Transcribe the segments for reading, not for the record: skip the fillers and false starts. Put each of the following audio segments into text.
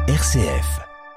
RCF.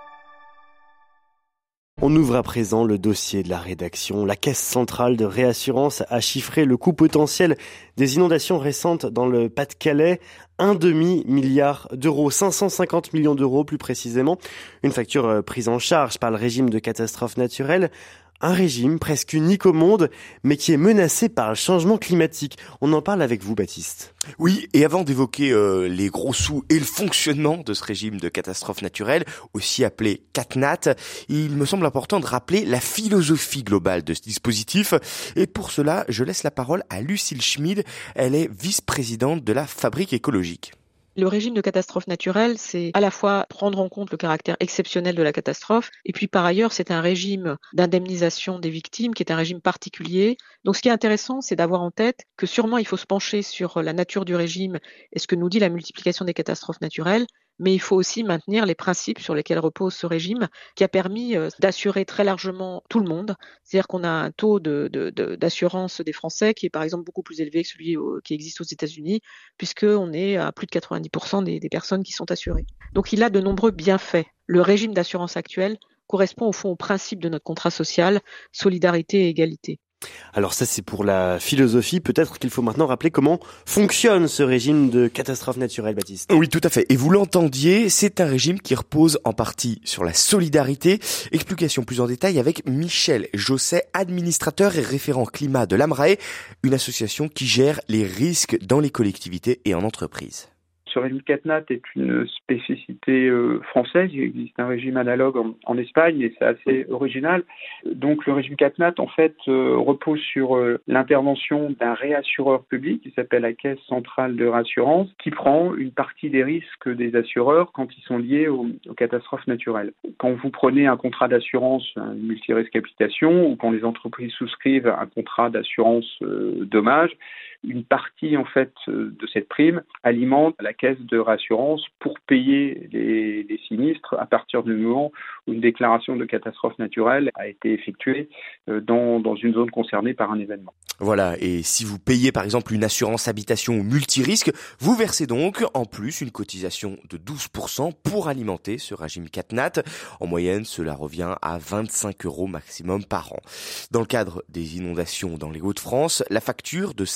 On ouvre à présent le dossier de la rédaction. La Caisse centrale de réassurance a chiffré le coût potentiel des inondations récentes dans le Pas-de-Calais. 1,5 milliard d'euros, 550 millions d'euros plus précisément. Une facture prise en charge par le régime de catastrophe naturelle. Un régime presque unique au monde, mais qui est menacé par le changement climatique. On en parle avec vous, Baptiste. Oui, et avant d'évoquer les gros sous et le fonctionnement de ce régime de catastrophe naturelle, aussi appelé CatNat, il me semble important de rappeler la philosophie globale de ce dispositif. Et pour cela, je laisse la parole à Lucille Schmid. Elle est vice-présidente de la Fabrique écologique. Le régime de catastrophe naturelle, c'est à la fois prendre en compte le caractère exceptionnel de la catastrophe, et puis par ailleurs, c'est un régime d'indemnisation des victimes qui est un régime particulier. Donc ce qui est intéressant, c'est d'avoir en tête que sûrement il faut se pencher sur la nature du régime et ce que nous dit la multiplication des catastrophes naturelles, mais il faut aussi maintenir les principes sur lesquels repose ce régime qui a permis d'assurer très largement tout le monde. C'est-à-dire qu'on a un taux d'assurance des Français qui est par exemple beaucoup plus élevé que celui qui existe aux États-Unis, puisqu'on est à plus de 90% des personnes qui sont assurées. Donc il a de nombreux bienfaits. Le régime d'assurance actuel correspond au fond au principe de notre contrat social, solidarité et égalité. Alors ça, c'est pour la philosophie. Peut-être qu'il faut maintenant rappeler comment fonctionne ce régime de catastrophe naturelle, Baptiste. Oui, tout à fait. Et vous l'entendiez, c'est un régime qui repose en partie sur la solidarité. Explication plus en détail avec Michel Josset, administrateur et référent climat de l'AMRAE, une association qui gère les risques dans les collectivités et en entreprise. Ce régime CatNat est une spécificité française. Il existe un régime analogue en Espagne et c'est assez original. Donc le régime CatNat en fait repose sur l'intervention d'un réassureur public qui s'appelle la Caisse centrale de réassurance qui prend une partie des risques des assureurs quand ils sont liés aux catastrophes naturelles. Quand vous prenez un contrat d'assurance, une multirisque habitation, ou quand les entreprises souscrivent un contrat d'assurance dommage, une partie en fait de cette prime alimente la caisse de réassurance pour payer les sinistres à partir du moment où une déclaration de catastrophe naturelle a été effectuée dans une zone concernée par un événement. Voilà, et si vous payez par exemple une assurance habitation ou multirisque, vous versez donc en plus une cotisation de 12% pour alimenter ce régime CatNat. En moyenne, cela revient à 25 € maximum par an. Dans le cadre des inondations dans les Hauts-de-France, la facture de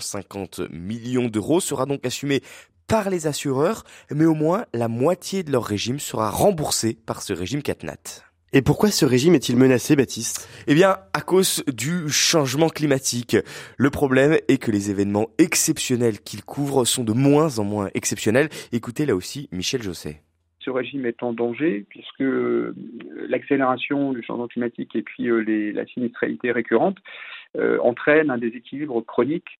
550 millions d'euros sera donc assumée par les assureurs, mais au moins la moitié de leur régime sera remboursée par ce régime CatNat. Et pourquoi ce régime est-il menacé, Baptiste ? Eh bien, à cause du changement climatique. Le problème est que les événements exceptionnels qu'il couvre sont de moins en moins exceptionnels. Écoutez là aussi Michel Josset. Ce régime est en danger puisque l'accélération du changement climatique et puis la sinistralité récurrente entraîne un déséquilibre chronique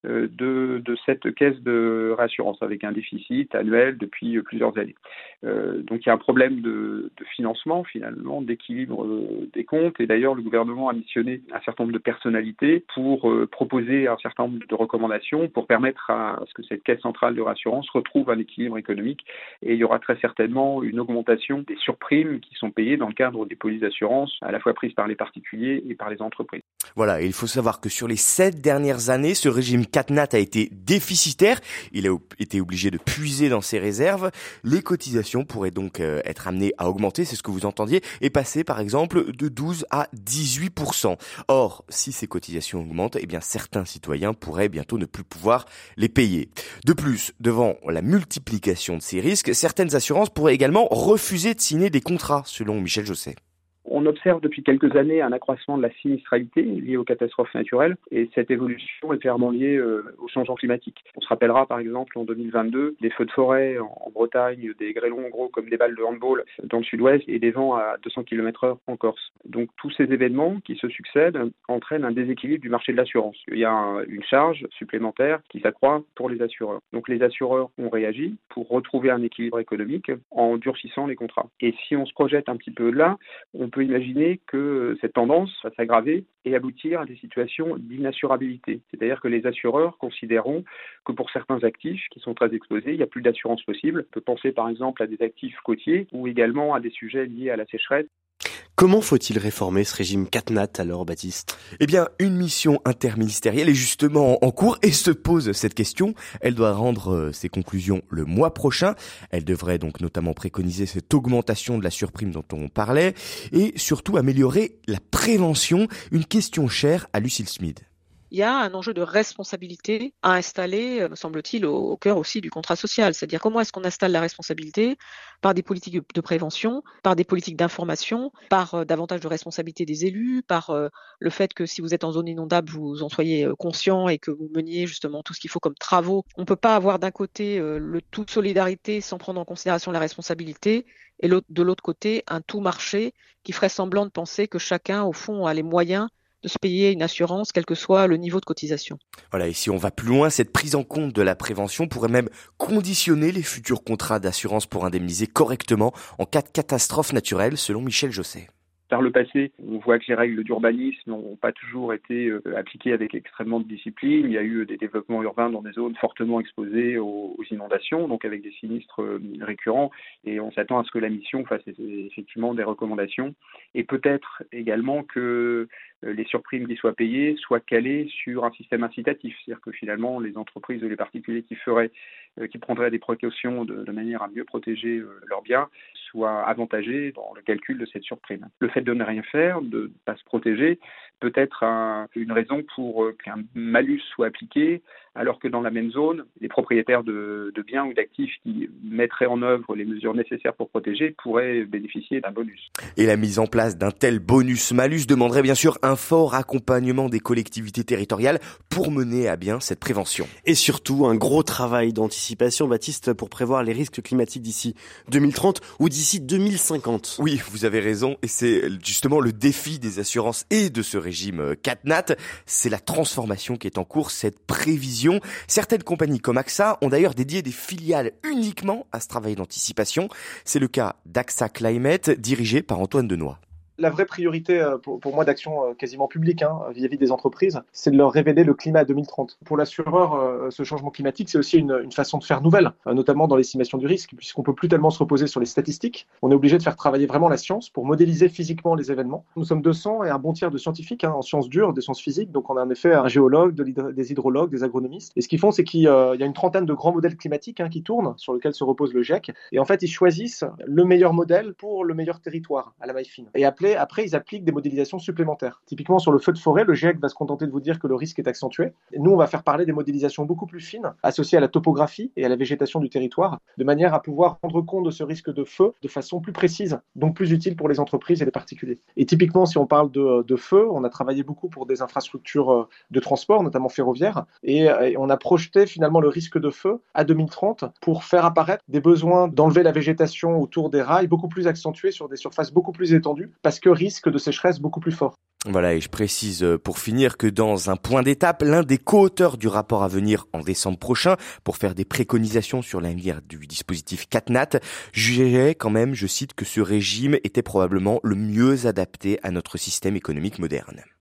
de cette caisse de réassurance avec un déficit annuel depuis plusieurs années. Donc il y a un problème de financement finalement, d'équilibre des comptes et d'ailleurs le gouvernement a missionné un certain nombre de personnalités pour proposer un certain nombre de recommandations pour permettre à ce que cette caisse centrale de réassurance retrouve un équilibre économique et il y aura très certainement une augmentation des surprimes qui sont payées dans le cadre des polices d'assurance à la fois prises par les particuliers et par les entreprises. Voilà, et il faut savoir que sur les 7 dernières années, ce régime CatNat a été déficitaire. Il a été obligé de puiser dans ses réserves. Les cotisations pourraient donc être amenées à augmenter, c'est ce que vous entendiez, et passer par exemple de 12 à 18%. Or, si ces cotisations augmentent, eh bien certains citoyens pourraient bientôt ne plus pouvoir les payer. De plus, devant la multiplication de ces risques, certaines assurances pourraient également refuser de signer des contrats, selon Michel Josset. On observe depuis quelques années un accroissement de la sinistralité liée aux catastrophes naturelles et cette évolution est clairement liée au changement climatique. On se rappellera par exemple en 2022 des feux de forêt en Bretagne, des grêlons gros comme des balles de handball dans le sud-ouest et des vents à 200 km/h en Corse. Donc tous ces événements qui se succèdent entraînent un déséquilibre du marché de l'assurance. Il y a une charge supplémentaire qui s'accroît pour les assureurs. Donc les assureurs ont réagi pour retrouver un équilibre économique en durcissant les contrats. Et si on se projette un petit peu là, on peut imaginer que cette tendance va s'aggraver et aboutir à des situations d'inassurabilité. C'est-à-dire que les assureurs considéreront que pour certains actifs qui sont très exposés, il n'y a plus d'assurance possible. On peut penser par exemple à des actifs côtiers ou également à des sujets liés à la sécheresse. Comment faut-il réformer ce régime CatNat alors, Baptiste ? Eh bien, une mission interministérielle est justement en cours et se pose cette question. Elle doit rendre ses conclusions le mois prochain. Elle devrait donc notamment préconiser cette augmentation de la surprime dont on parlait et surtout améliorer la prévention, une question chère à Lucille Smid. Il y a un enjeu de responsabilité à installer, me semble-t-il, au cœur aussi du contrat social. C'est-à-dire comment est-ce qu'on installe la responsabilité par des politiques de prévention, par des politiques d'information, par davantage de responsabilité des élus, par le fait que si vous êtes en zone inondable, vous en soyez conscient et que vous meniez justement tout ce qu'il faut comme travaux. On ne peut pas avoir d'un côté le tout solidarité sans prendre en considération la responsabilité et de l'autre côté un tout marché qui ferait semblant de penser que chacun, au fond, a les moyens de se payer une assurance, quel que soit le niveau de cotisation. Voilà, et si on va plus loin, cette prise en compte de la prévention pourrait même conditionner les futurs contrats d'assurance pour indemniser correctement en cas de catastrophe naturelle, selon Michel Josset. Par le passé, on voit que les règles d'urbanisme n'ont pas toujours été appliquées avec extrêmement de discipline. Il y a eu des développements urbains dans des zones fortement exposées aux inondations, donc avec des sinistres récurrents. Et on s'attend à ce que la mission fasse effectivement des recommandations. Et peut-être également que les surprimes qui soient payées soient calées sur un système incitatif. C'est-à-dire que finalement, les entreprises ou les particuliers qui prendraient des précautions de manière à mieux protéger leurs biens soient avantagés dans le calcul de cette surprime. Le fait de ne rien faire, de ne pas se protéger, peut être une raison pour qu'un malus soit appliqué, alors que dans la même zone, les propriétaires de biens ou d'actifs qui mettraient en œuvre les mesures nécessaires pour protéger pourraient bénéficier d'un bonus. Et la mise en place d'un tel bonus-malus demanderait bien sûr un fort accompagnement des collectivités territoriales pour mener à bien cette prévention. Et surtout, un gros travail d'anticipation, Baptiste, pour prévoir les risques climatiques d'ici 2030 ou d'ici 2050. Oui, vous avez raison, et c'est justement le défi des assurances et de ce régime CatNat, c'est la transformation qui est en cours, cette prévision. Certaines compagnies comme AXA ont d'ailleurs dédié des filiales uniquement à ce travail d'anticipation. C'est le cas d'AXA Climate, dirigé par Antoine Denoy. La vraie priorité pour moi d'action quasiment publique vis-à-vis des entreprises, c'est de leur révéler le climat à 2030. Pour l'assureur, ce changement climatique, c'est aussi une façon de faire nouvelle, notamment dans l'estimation du risque, puisqu'on peut plus tellement se reposer sur les statistiques. On est obligé de faire travailler vraiment la science pour modéliser physiquement les événements. Nous sommes 200 et un bon tiers de scientifiques en sciences dures, des sciences physiques, donc on a en effet un géologue, des hydrologues, des agronomistes. Et ce qu'ils font, c'est qu'il y a une trentaine de grands modèles climatiques qui tournent, sur lesquels se repose le GIEC. Et en fait, ils choisissent le meilleur modèle pour le meilleur territoire à la maille fine. Et après, ils appliquent des modélisations supplémentaires. Typiquement, sur le feu de forêt, le GIEC va se contenter de vous dire que le risque est accentué. Et nous, on va faire parler des modélisations beaucoup plus fines, associées à la topographie et à la végétation du territoire, de manière à pouvoir rendre compte de ce risque de feu de façon plus précise, donc plus utile pour les entreprises et les particuliers. Et typiquement, si on parle de feu, on a travaillé beaucoup pour des infrastructures de transport, notamment ferroviaires, et on a projeté finalement le risque de feu à 2030 pour faire apparaître des besoins d'enlever la végétation autour des rails beaucoup plus accentués sur des surfaces beaucoup plus étendues, parce que risque de sécheresse beaucoup plus fort. Voilà, et je précise pour finir que dans un point d'étape, l'un des co-auteurs du rapport à venir en décembre prochain pour faire des préconisations sur l'avenir du dispositif CatNat jugeait quand même, je cite, que ce régime était probablement le mieux adapté à notre système économique moderne.